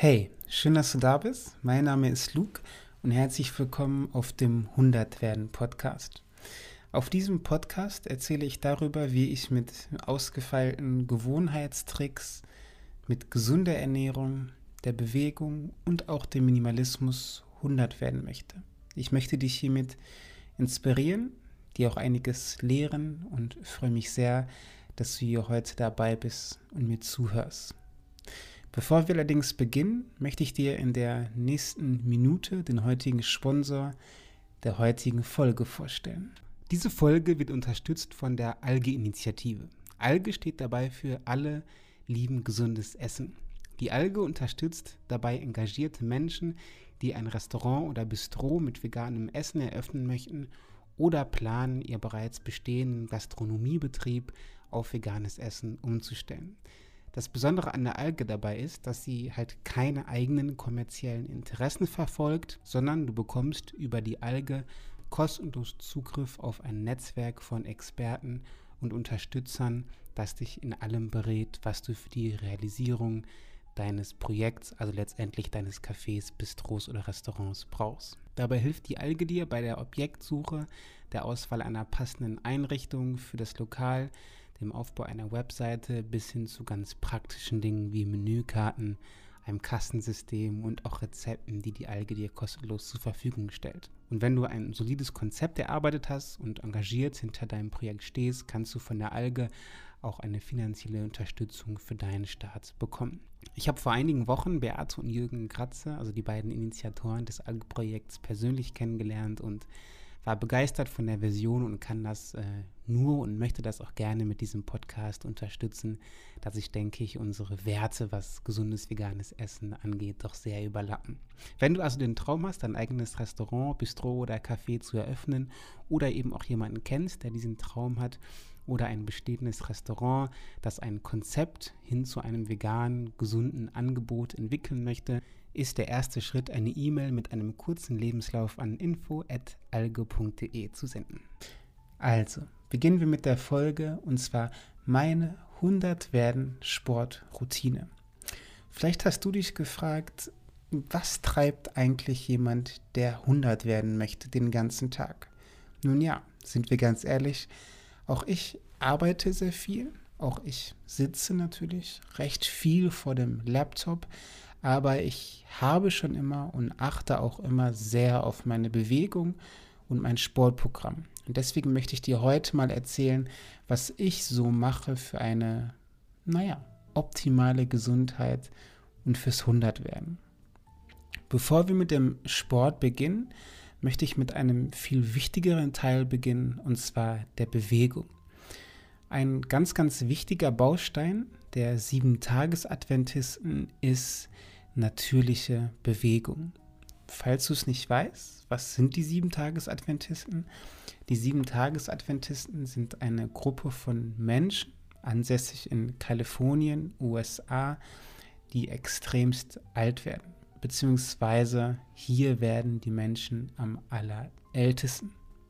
Hey, schön, dass du da bist. Mein Name ist Luke und herzlich willkommen auf dem 100 werden Podcast. Auf diesem Podcast erzähle ich darüber, wie ich mit ausgefeilten Gewohnheitstricks, mit gesunder Ernährung, der Bewegung und auch dem Minimalismus 100 werden möchte. Ich möchte dich hiermit inspirieren, dir auch einiges lehren und freue mich sehr, dass du hier heute dabei bist und mir zuhörst. Bevor wir allerdings beginnen, möchte ich dir in der nächsten Minute den heutigen Sponsor der heutigen Folge vorstellen. Diese Folge wird unterstützt von der Alge-Initiative. Alge steht dabei für Alle lieben gesundes Essen. Die Alge unterstützt dabei engagierte Menschen, die ein Restaurant oder Bistro mit veganem Essen eröffnen möchten oder planen, ihr bereits bestehenden Gastronomiebetrieb auf veganes Essen umzustellen. Das Besondere an der Alge dabei ist, dass sie halt keine eigenen kommerziellen Interessen verfolgt, sondern du bekommst über die Alge kostenlos Zugriff auf ein Netzwerk von Experten und Unterstützern, das dich in allem berät, was du für die Realisierung deines Projekts, also letztendlich deines Cafés, Bistros oder Restaurants brauchst. Dabei hilft die Alge dir bei der Objektsuche, der Auswahl einer passenden Einrichtung für das Lokal, dem Aufbau einer Webseite bis hin zu ganz praktischen Dingen wie Menükarten, einem Kassensystem und auch Rezepten, die die Alge dir kostenlos zur Verfügung stellt. Und wenn du ein solides Konzept erarbeitet hast und engagiert hinter deinem Projekt stehst, kannst du von der Alge auch eine finanzielle Unterstützung für deinen Start bekommen. Ich habe vor einigen Wochen Beate und Jürgen Kratze, also die beiden Initiatoren des Alge-Projekts, persönlich kennengelernt und war begeistert von der Vision und kann das nur und möchte das auch gerne mit diesem Podcast unterstützen, dass ich denke, unsere Werte, was gesundes veganes Essen angeht, doch sehr überlappen. Wenn du also den Traum hast, dein eigenes Restaurant, Bistro oder Café zu eröffnen oder eben auch jemanden kennst, der diesen Traum hat, oder ein bestehendes Restaurant, das ein Konzept hin zu einem veganen, gesunden Angebot entwickeln möchte, ist der erste Schritt, eine E-Mail mit einem kurzen Lebenslauf an info@alge.de zu senden. Also, beginnen wir mit der Folge, und zwar meine 100 werden Sportroutine. Vielleicht hast du dich gefragt, was treibt eigentlich jemand, der 100 werden möchte, den ganzen Tag? Nun ja, sind wir ganz ehrlich, auch ich arbeite sehr viel, auch ich sitze natürlich recht viel vor dem Laptop, aber ich habe schon immer und achte auch immer sehr auf meine Bewegung und mein Sportprogramm. Und deswegen möchte ich dir heute mal erzählen, was ich so mache für eine, optimale Gesundheit und fürs 100 werden. Bevor wir mit dem Sport beginnen, möchte ich mit einem viel wichtigeren Teil beginnen, und zwar der Bewegung. Ein ganz, ganz wichtiger Baustein der 7-Tages-Adventisten ist natürliche Bewegung. Falls du es nicht weißt, was sind die 7-Tages-Adventisten? Die 7-Tages-Adventisten sind eine Gruppe von Menschen, ansässig in Kalifornien, USA, die extremst alt werden. Beziehungsweise hier werden die Menschen am allerältesten.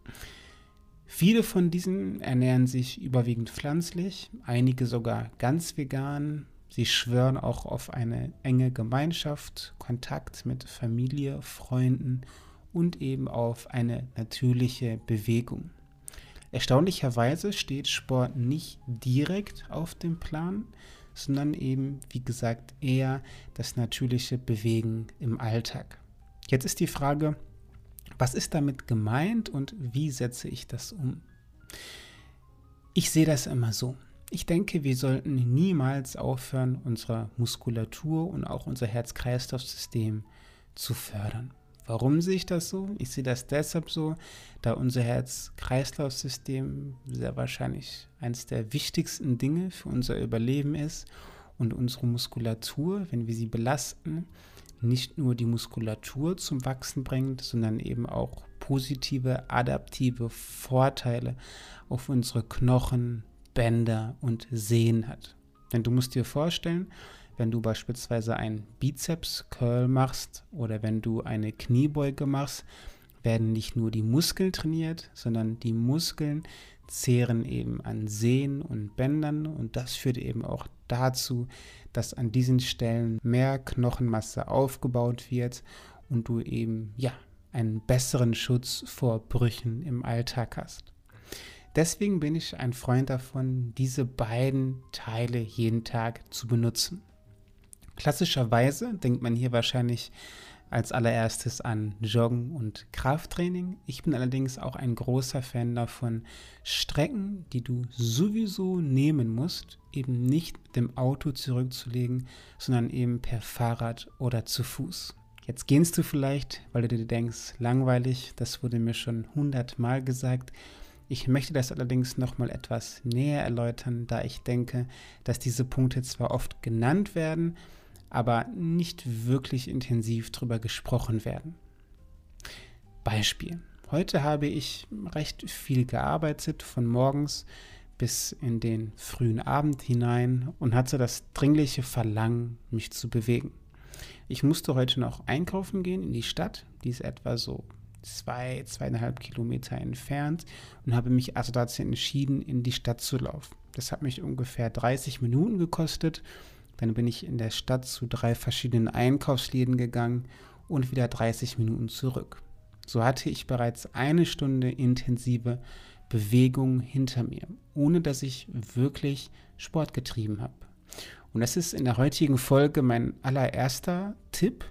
Viele von diesen ernähren sich überwiegend pflanzlich, einige sogar ganz vegan. Sie schwören auch auf eine enge Gemeinschaft, Kontakt mit Familie, Freunden und eben auf eine natürliche Bewegung. Erstaunlicherweise steht Sport nicht direkt auf dem Plan, sondern eben, wie gesagt, eher das natürliche Bewegen im Alltag. Jetzt ist die Frage, was ist damit gemeint und wie setze ich das um? Ich sehe das immer so. Ich denke, wir sollten niemals aufhören, unsere Muskulatur und auch unser Herz-Kreislauf-System zu fördern. Warum sehe ich das so? Ich sehe das deshalb so, da unser Herz-Kreislauf-System sehr wahrscheinlich eines der wichtigsten Dinge für unser Überleben ist und unsere Muskulatur, wenn wir sie belasten, nicht nur die Muskulatur zum Wachsen bringt, sondern eben auch positive, adaptive Vorteile auf unsere Knochen, Bänder und Sehnen hat. Denn du musst dir vorstellen, wenn du beispielsweise einen Bizeps-Curl machst oder wenn du eine Kniebeuge machst, werden nicht nur die Muskeln trainiert, sondern die Muskeln zehren eben an Sehnen und Bändern und das führt eben auch dazu, dass an diesen Stellen mehr Knochenmasse aufgebaut wird und du eben einen besseren Schutz vor Brüchen im Alltag hast. Deswegen bin ich ein Freund davon, diese beiden Teile jeden Tag zu benutzen. Klassischerweise denkt man hier wahrscheinlich als allererstes an Joggen und Krafttraining. Ich bin allerdings auch ein großer Fan davon, Strecken, die du sowieso nehmen musst, eben nicht mit dem Auto zurückzulegen, sondern eben per Fahrrad oder zu Fuß. Jetzt gehst du vielleicht, weil du dir denkst, langweilig, das wurde mir schon 100-mal gesagt. Ich möchte das allerdings nochmal etwas näher erläutern, da ich denke, dass diese Punkte zwar oft genannt werden, aber nicht wirklich intensiv darüber gesprochen werden. Beispiel. Heute habe ich recht viel gearbeitet, von morgens bis in den frühen Abend hinein und hatte das dringliche Verlangen, mich zu bewegen. Ich musste heute noch einkaufen gehen in die Stadt, die ist etwa so 2,5 Kilometer entfernt und habe mich also dazu entschieden, in die Stadt zu laufen. Das hat mich ungefähr 30 Minuten gekostet. Dann bin ich in der Stadt zu 3 verschiedenen Einkaufsläden gegangen und wieder 30 Minuten zurück. So hatte ich bereits 1 Stunde intensive Bewegung hinter mir, ohne dass ich wirklich Sport getrieben habe. Und das ist in der heutigen Folge mein allererster Tipp.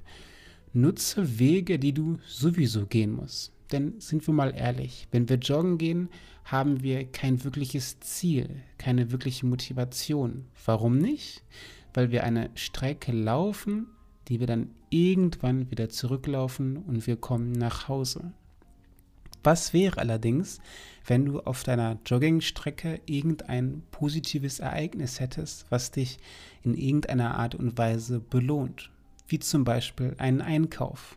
Nutze Wege, die du sowieso gehen musst. Denn sind wir mal ehrlich, wenn wir joggen gehen, haben wir kein wirkliches Ziel, keine wirkliche Motivation. Warum nicht? Weil wir eine Strecke laufen, die wir dann irgendwann wieder zurücklaufen und wir kommen nach Hause. Was wäre allerdings, wenn du auf deiner Joggingstrecke irgendein positives Ereignis hättest, was dich in irgendeiner Art und Weise belohnt? Wie zum Beispiel einen Einkauf.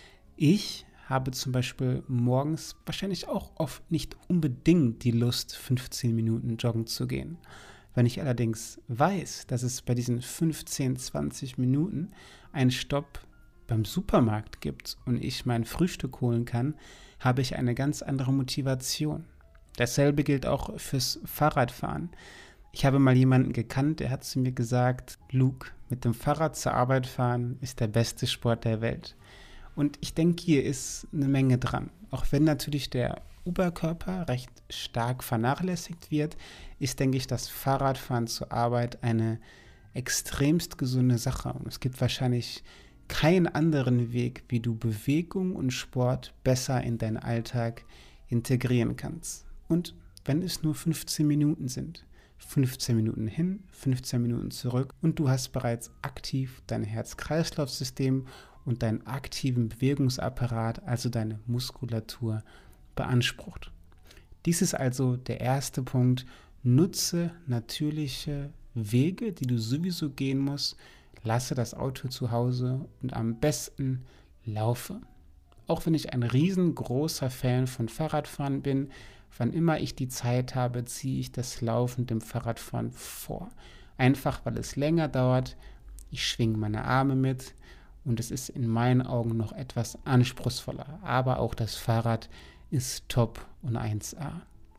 Ich habe zum Beispiel morgens wahrscheinlich auch oft nicht unbedingt die Lust, 15 Minuten joggen zu gehen. Wenn ich allerdings weiß, dass es bei diesen 15, 20 Minuten einen Stopp beim Supermarkt gibt und ich mein Frühstück holen kann, habe ich eine ganz andere Motivation. Dasselbe gilt auch fürs Fahrradfahren. Ich habe mal jemanden gekannt, der hat zu mir gesagt, Luke, mit dem Fahrrad zur Arbeit fahren ist der beste Sport der Welt. Und ich denke, hier ist eine Menge dran. Auch wenn natürlich der Oberkörper recht stark vernachlässigt wird, ist, denke ich, das Fahrradfahren zur Arbeit eine extremst gesunde Sache. Und es gibt wahrscheinlich keinen anderen Weg, wie du Bewegung und Sport besser in deinen Alltag integrieren kannst. Und wenn es nur 15 Minuten sind, 15 Minuten hin, 15 Minuten zurück und du hast bereits aktiv dein Herz-Kreislauf-System und deinen aktiven Bewegungsapparat, also deine Muskulatur, beansprucht. Dies ist also der erste Punkt. Nutze natürliche Wege, die du sowieso gehen musst. Lasse das Auto zu Hause und am besten laufe. Auch wenn ich ein riesengroßer Fan von Fahrradfahren bin, wann immer ich die Zeit habe, ziehe ich das Laufen dem Fahrradfahren vor. Einfach, weil es länger dauert. Ich schwinge meine Arme mit und es ist in meinen Augen noch etwas anspruchsvoller. Aber auch das Fahrrad ist top und 1A.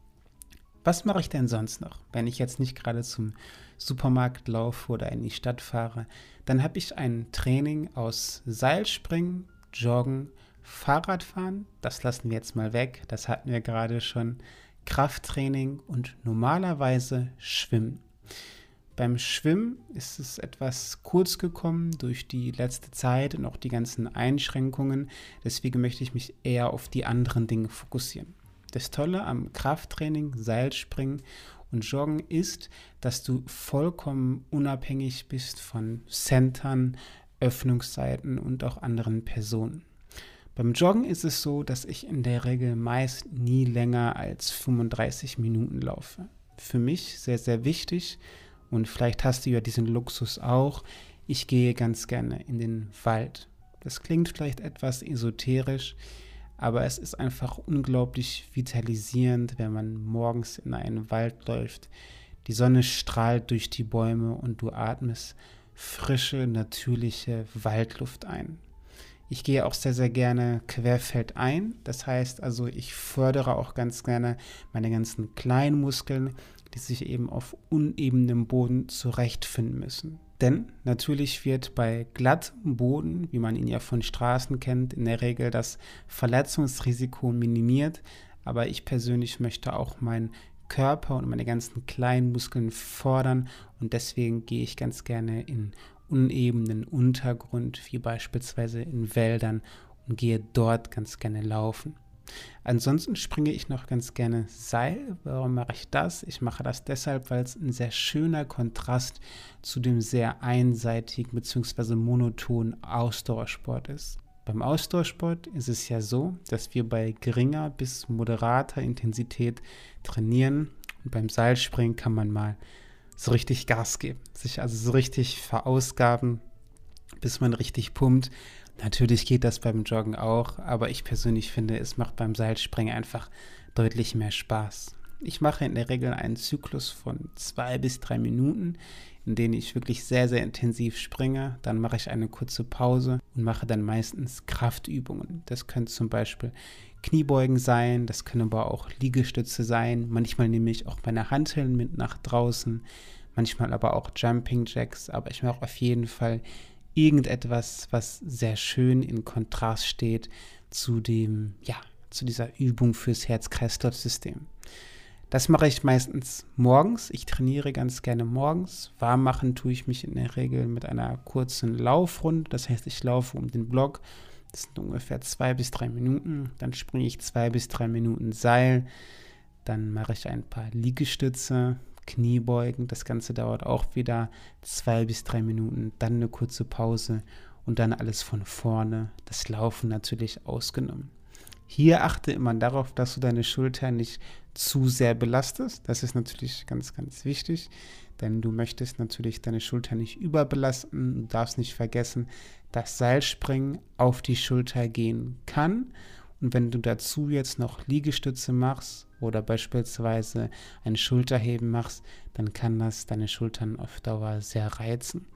Was mache ich denn sonst noch, wenn ich jetzt nicht gerade zum Supermarkt laufe oder in die Stadt fahre? Dann habe ich ein Training aus Seilspringen, Joggen, Fahrradfahren, das lassen wir jetzt mal weg, das hatten wir gerade schon, Krafttraining und normalerweise Schwimmen. Beim Schwimmen ist es etwas kurz gekommen durch die letzte Zeit und auch die ganzen Einschränkungen, deswegen möchte ich mich eher auf die anderen Dinge fokussieren. Das Tolle am Krafttraining, Seilspringen und Joggen ist, dass du vollkommen unabhängig bist von Centern, Öffnungszeiten und auch anderen Personen. Beim Joggen ist es so, dass ich in der Regel meist nie länger als 35 Minuten laufe. Für mich sehr, sehr wichtig und vielleicht hast du ja diesen Luxus auch, ich gehe ganz gerne in den Wald. Das klingt vielleicht etwas esoterisch, aber es ist einfach unglaublich vitalisierend, wenn man morgens in einen Wald läuft. Die Sonne strahlt durch die Bäume und du atmest frische, natürliche Waldluft ein. Ich gehe auch sehr, sehr gerne querfeldein. Das heißt also, ich fördere auch ganz gerne meine ganzen kleinen Muskeln, die sich eben auf unebenem Boden zurechtfinden müssen. Denn natürlich wird bei glattem Boden, wie man ihn ja von Straßen kennt, in der Regel das Verletzungsrisiko minimiert. Aber ich persönlich möchte auch meinen Körper und meine ganzen kleinen Muskeln fordern und deswegen gehe ich ganz gerne in unebenen Untergrund, wie beispielsweise in Wäldern, und gehe dort ganz gerne laufen. Ansonsten springe ich noch ganz gerne Seil. Warum mache ich das? Ich mache das deshalb, weil es ein sehr schöner Kontrast zu dem sehr einseitigen bzw. monotonen Ausdauersport ist. Beim Ausdauersport ist es ja so, dass wir bei geringer bis moderater Intensität trainieren und beim Seilspringen kann man mal so richtig Gas geben, sich also so richtig verausgaben, bis man richtig pumpt. Natürlich geht das beim Joggen auch, aber ich persönlich finde, es macht beim Seilspringen einfach deutlich mehr Spaß. Ich mache in der Regel einen Zyklus von 2 bis 3 Minuten, in denen ich wirklich sehr, sehr intensiv springe. Dann mache ich eine kurze Pause und mache dann meistens Kraftübungen. Das können zum Beispiel Kniebeugen sein, das können aber auch Liegestütze sein. Manchmal nehme ich auch meine Hanteln mit nach draußen, manchmal aber auch Jumping Jacks, aber ich mache auf jeden Fall irgendetwas, was sehr schön in Kontrast steht zu dieser Übung fürs Herz-Kreislauf-System. Das mache ich meistens morgens. Ich trainiere ganz gerne morgens. Warm machen tue ich mich in der Regel mit einer kurzen Laufrunde. Das heißt, ich laufe um den Block. Das sind ungefähr 2 bis 3 Minuten. Dann springe ich 2 bis 3 Minuten Seil. Dann mache ich ein paar Liegestütze, Kniebeugen. Das Ganze dauert auch wieder 2 bis 3 Minuten. Dann eine kurze Pause und dann alles von vorne. Das Laufen natürlich ausgenommen. Hier achte immer darauf, dass du deine Schulter nicht zu sehr belastest. Das ist natürlich ganz, ganz wichtig, denn du möchtest natürlich deine Schulter nicht überbelasten. Du darfst nicht vergessen, dass Seilspringen auf die Schulter gehen kann. Und wenn du dazu jetzt noch Liegestütze machst oder beispielsweise ein Schulterheben machst, dann kann das deine Schultern auf Dauer sehr reizen.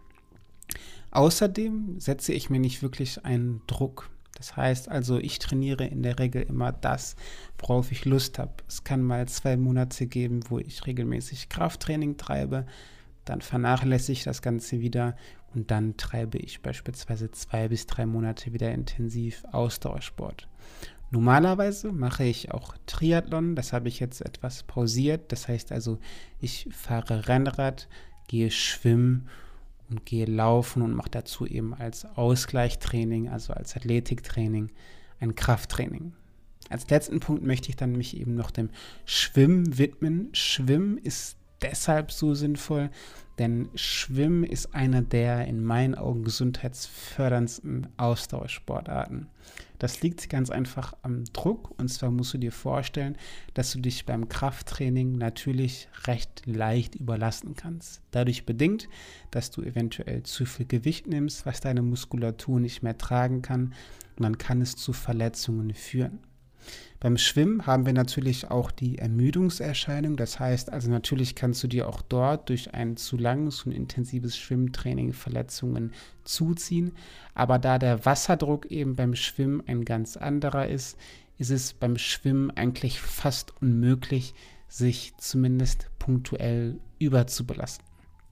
Außerdem setze ich mir nicht wirklich einen Druck. Das heißt also, ich trainiere in der Regel immer das, worauf ich Lust habe. Es kann mal 2 Monate geben, wo ich regelmäßig Krafttraining treibe, dann vernachlässige ich das Ganze wieder und dann treibe ich beispielsweise 2 bis 3 Monate wieder intensiv Ausdauersport. Normalerweise mache ich auch Triathlon, das habe ich jetzt etwas pausiert. Das heißt also, ich fahre Rennrad, gehe schwimmen und gehe laufen und mache dazu eben als Ausgleichstraining, also als Athletiktraining, ein Krafttraining. Als letzten Punkt möchte ich dann mich eben noch dem Schwimmen widmen. Schwimmen ist deshalb so sinnvoll, denn Schwimmen ist einer der in meinen Augen gesundheitsförderndsten Ausdauersportarten. Das liegt ganz einfach am Druck und zwar musst du dir vorstellen, dass du dich beim Krafttraining natürlich recht leicht überlasten kannst. Dadurch bedingt, dass du eventuell zu viel Gewicht nimmst, was deine Muskulatur nicht mehr tragen kann und dann kann es zu Verletzungen führen. Beim Schwimmen haben wir natürlich auch die Ermüdungserscheinung. Das heißt, also natürlich kannst du dir auch dort durch ein zu langes und intensives Schwimmtraining Verletzungen zuziehen. Aber da der Wasserdruck eben beim Schwimmen ein ganz anderer ist, ist es beim Schwimmen eigentlich fast unmöglich, sich zumindest punktuell überzubelasten.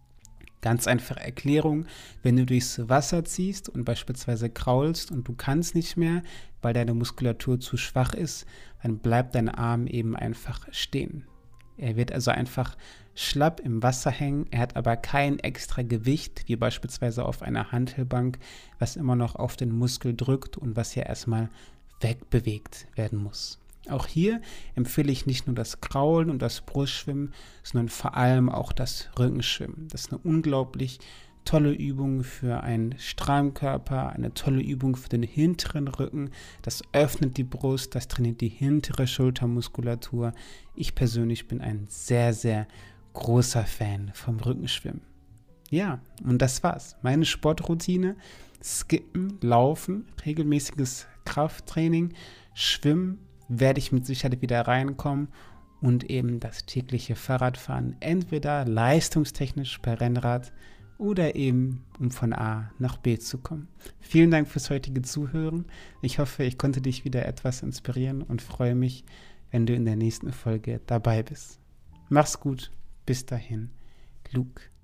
Ganz einfache Erklärung, wenn du durchs Wasser ziehst und beispielsweise kraulst und du kannst nicht mehr, weil deine Muskulatur zu schwach ist, dann bleibt dein Arm eben einfach stehen. Er wird also einfach schlapp im Wasser hängen, er hat aber kein extra Gewicht, wie beispielsweise auf einer Hantelbank, was immer noch auf den Muskel drückt und was ja erstmal wegbewegt werden muss. Auch hier empfehle ich nicht nur das Kraulen und das Brustschwimmen, sondern vor allem auch das Rückenschwimmen. Das ist eine unglaublich tolle Übung für einen strammen Körper, eine tolle Übung für den hinteren Rücken. Das öffnet die Brust, das trainiert die hintere Schultermuskulatur. Ich persönlich bin ein sehr, sehr großer Fan vom Rückenschwimmen. Ja, und das war's. Meine Sportroutine: Skippen, Laufen, regelmäßiges Krafttraining, Schwimmen, werde ich mit Sicherheit wieder reinkommen und eben das tägliche Fahrradfahren, entweder leistungstechnisch per Rennrad oder eben um von A nach B zu kommen. Vielen Dank fürs heutige Zuhören. Ich hoffe, ich konnte dich wieder etwas inspirieren und freue mich, wenn du in der nächsten Folge dabei bist. Mach's gut. Bis dahin. Luke.